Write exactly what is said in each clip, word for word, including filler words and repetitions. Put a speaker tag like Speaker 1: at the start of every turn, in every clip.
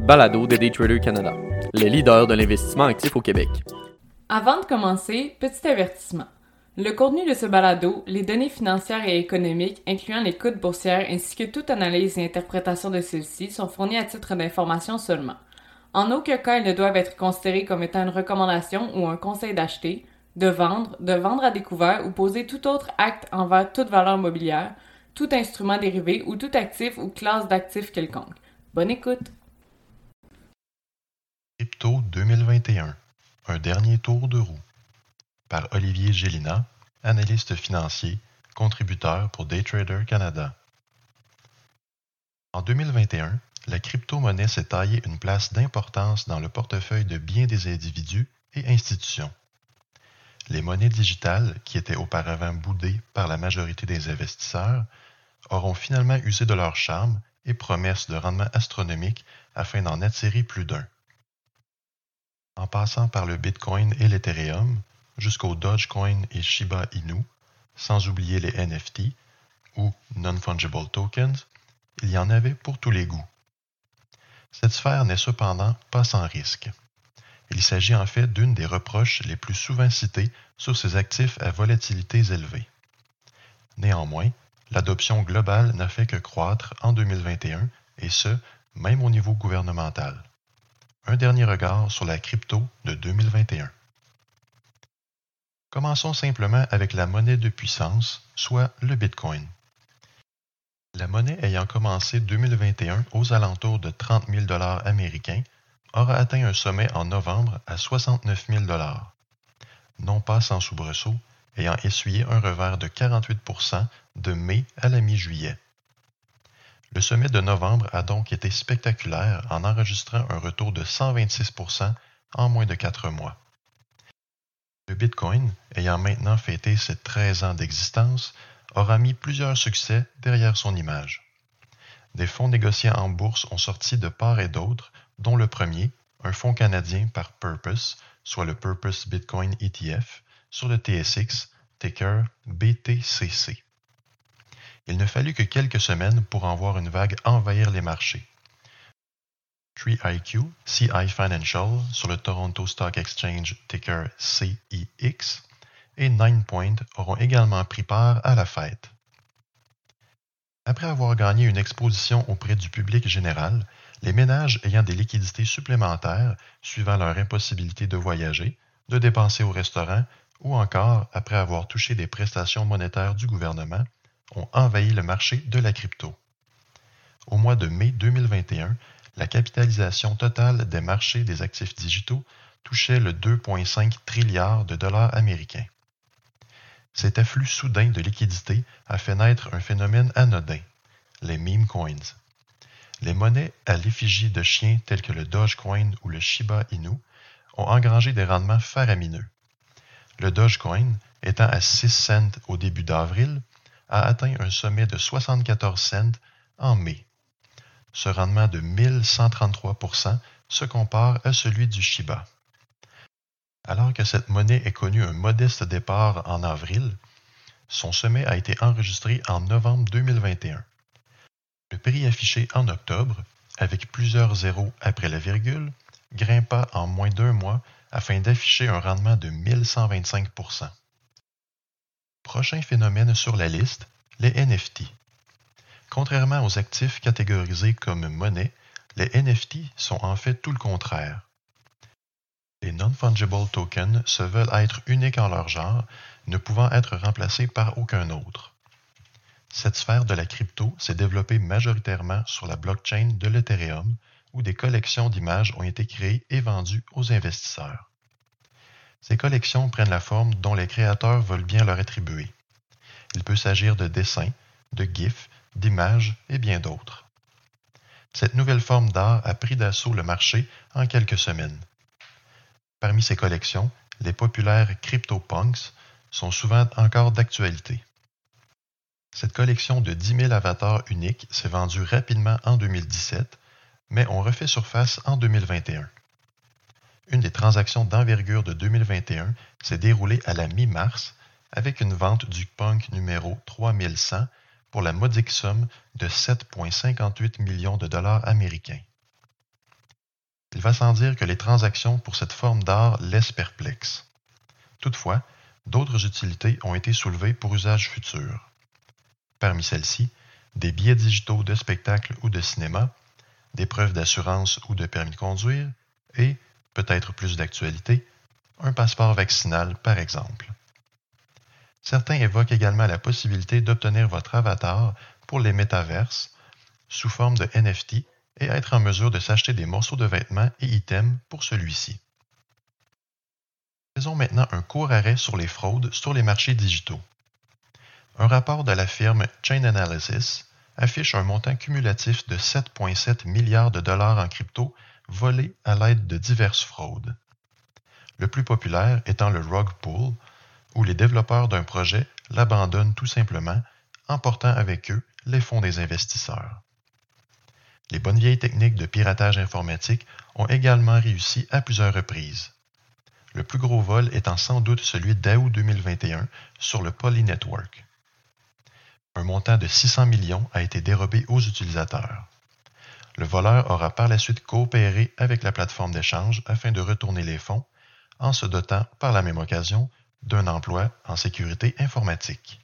Speaker 1: balado de Daytrader Canada, le leader de l'investissement actif au Québec.
Speaker 2: Avant de commencer, petit avertissement. Le contenu de ce balado, les données financières et économiques, incluant les cotes boursières ainsi que toute analyse et interprétation de celles-ci, sont fournis à titre d'information seulement. En aucun cas, elles ne doivent être considérées comme étant une recommandation ou un conseil d'acheter, de vendre, de vendre à découvert ou poser tout autre acte envers toute valeur mobilière, tout instrument dérivé ou tout actif ou classe d'actifs quelconque. Bonne écoute!
Speaker 3: Crypto deux mille vingt et un, un dernier tour de roue, par Olivier Gélina, analyste financier, contributeur pour Daytrader Canada. En deux mille vingt et un, la crypto-monnaie s'est taillée une place d'importance dans le portefeuille de bien des individus et institutions. Les monnaies digitales, qui étaient auparavant boudées par la majorité des investisseurs, auront finalement usé de leur charme et promesses de rendement astronomique afin d'en attirer plus d'un. En passant par le Bitcoin et l'Ethereum, jusqu'au Dogecoin et Shiba Inu, sans oublier les N F T ou Non-Fungible Tokens, il y en avait pour tous les goûts. Cette sphère n'est cependant pas sans risque. Il s'agit en fait d'une des reproches les plus souvent cités sur ces actifs à volatilités élevées. Néanmoins, l'adoption globale n'a fait que croître en deux mille vingt et un, et ce, même au niveau gouvernemental. Un dernier regard sur la crypto de deux mille vingt et un. Commençons simplement avec la monnaie de puissance, soit le Bitcoin. La monnaie ayant commencé deux mille vingt et un aux alentours de trente mille dollars américains aura atteint un sommet en novembre à soixante-neuf mille dollars. Non pas sans soubresaut, ayant essuyé un revers de quarante-huit pour cent de mai à la mi-juillet. Le sommet de novembre a donc été spectaculaire en enregistrant un retour de cent vingt-six pour cent en moins de quatre mois. Le Bitcoin, ayant maintenant fêté ses treize ans d'existence, aura mis plusieurs succès derrière son image. Des fonds négociés en bourse ont sorti de part et d'autre, dont le premier, un fonds canadien par Purpose, soit le Purpose Bitcoin E T F, sur le T S X, ticker B T C C. Il ne fallut que quelques semaines pour en voir une vague envahir les marchés. three I Q, C I Financial sur le Toronto Stock Exchange ticker C I X et Ninepoint auront également pris part à la fête. Après avoir gagné une exposition auprès du public général, les ménages ayant des liquidités supplémentaires suivant leur impossibilité de voyager, de dépenser au restaurant ou encore après avoir touché des prestations monétaires du gouvernement, ont envahi le marché de la crypto. Au mois de mai deux mille vingt et un, la capitalisation totale des marchés des actifs digitaux touchait le deux virgule cinq trilliards de dollars américains. Cet afflux soudain de liquidités a fait naître un phénomène anodin, les meme coins. Les monnaies à l'effigie de chiens tels que le Dogecoin ou le Shiba Inu ont engrangé des rendements faramineux. Le Dogecoin, étant à six cents au début d'avril, a atteint un sommet de soixante-quatorze cents en mai. Ce rendement de mille cent trente-trois pour cent se compare à celui du Shiba. Alors que cette monnaie ait connu un modeste départ en avril, son sommet a été enregistré en novembre deux mille vingt et un. Le prix affiché en octobre, avec plusieurs zéros après la virgule, grimpa en moins d'un mois afin d'afficher un rendement de mille cent vingt-cinq pour cent. Prochain phénomène sur la liste, les N F T. Contrairement aux actifs catégorisés comme monnaie, les N F T sont en fait tout le contraire. Les Non-Fungible Tokens se veulent être uniques en leur genre, ne pouvant être remplacés par aucun autre. Cette sphère de la crypto s'est développée majoritairement sur la blockchain de l'Ethereum, où des collections d'images ont été créées et vendues aux investisseurs. Ces collections prennent la forme dont les créateurs veulent bien leur attribuer. Il peut s'agir de dessins, de gifs, d'images et bien d'autres. Cette nouvelle forme d'art a pris d'assaut le marché en quelques semaines. Parmi ces collections, les populaires CryptoPunks sont souvent encore d'actualité. Cette collection de dix mille avatars uniques s'est vendue rapidement en deux mille dix-sept, mais on refait surface en deux mille vingt et un. Une des transactions d'envergure de deux mille vingt et un s'est déroulée à la mi-mars avec une vente du punk numéro trois mille cent pour la modique somme de sept virgule cinquante-huit millions de dollars américains. Il va sans dire que les transactions pour cette forme d'art laissent perplexe. Toutefois, d'autres utilités ont été soulevées pour usage futur. Parmi celles-ci, des billets digitaux de spectacle ou de cinéma, des preuves d'assurance ou de permis de conduire et, peut-être plus d'actualité, un passeport vaccinal par exemple. Certains évoquent également la possibilité d'obtenir votre avatar pour les métaverses sous forme de N F T et être en mesure de s'acheter des morceaux de vêtements et items pour celui-ci. Faisons maintenant un court arrêt sur les fraudes sur les marchés digitaux. Un rapport de la firme Chainalysis affiche un montant cumulatif de sept virgule sept milliards de dollars en crypto volés à l'aide de diverses fraudes. Le plus populaire étant le rug pull, où les développeurs d'un projet l'abandonnent tout simplement, emportant avec eux les fonds des investisseurs. Les bonnes vieilles techniques de piratage informatique ont également réussi à plusieurs reprises. Le plus gros vol étant sans doute celui d'août deux mille vingt et un sur le Poly Network. Un montant de six cents millions a été dérobé aux utilisateurs. Le voleur aura par la suite coopéré avec la plateforme d'échange afin de retourner les fonds, en se dotant par la même occasion d'un emploi en sécurité informatique.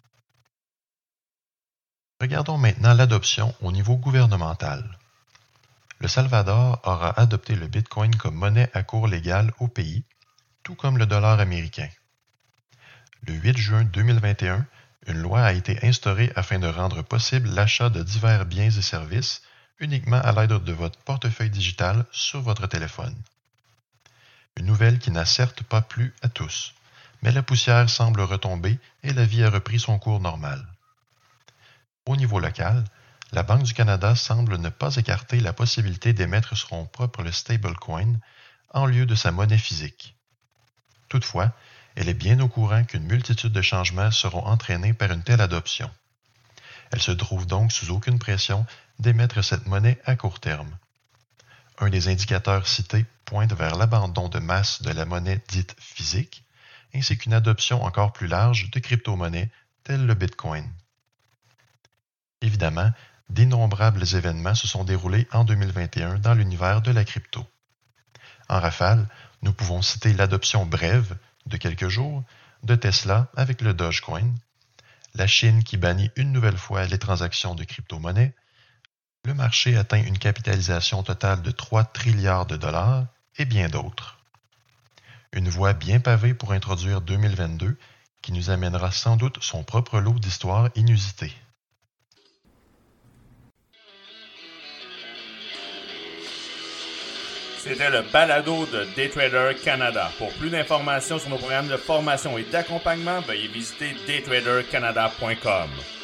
Speaker 3: Regardons maintenant l'adoption au niveau gouvernemental. Le Salvador aura adopté le Bitcoin comme monnaie à cours légale au pays, tout comme le dollar américain. Le huit juin deux mille vingt et un, une loi a été instaurée afin de rendre possible l'achat de divers biens et services uniquement à l'aide de votre portefeuille digital sur votre téléphone. Une nouvelle qui n'a certes pas plu à tous, mais la poussière semble retomber et la vie a repris son cours normal. Au niveau local, la Banque du Canada semble ne pas écarter la possibilité d'émettre sur son propre le stablecoin en lieu de sa monnaie physique. Toutefois, elle est bien au courant qu'une multitude de changements seront entraînés par une telle adoption. Elle se trouve donc sous aucune pression d'émettre cette monnaie à court terme. Un des indicateurs cités pointe vers l'abandon de masse de la monnaie dite physique, ainsi qu'une adoption encore plus large de crypto-monnaies telles le Bitcoin. Évidemment, d'innombrables événements se sont déroulés en deux mille vingt et un dans l'univers de la crypto. En rafale, nous pouvons citer l'adoption brève, de quelques jours, de Tesla avec le Dogecoin, la Chine qui bannit une nouvelle fois les transactions de crypto-monnaies, le marché atteint une capitalisation totale de trois trilliards de dollars et bien d'autres. Une voie bien pavée pour introduire deux mille vingt-deux qui nous amènera sans doute son propre lot d'histoires inusitées.
Speaker 4: C'était le balado de Daytrader Canada. Pour plus d'informations sur nos programmes de formation et d'accompagnement, veuillez visiter daytrader canada point com.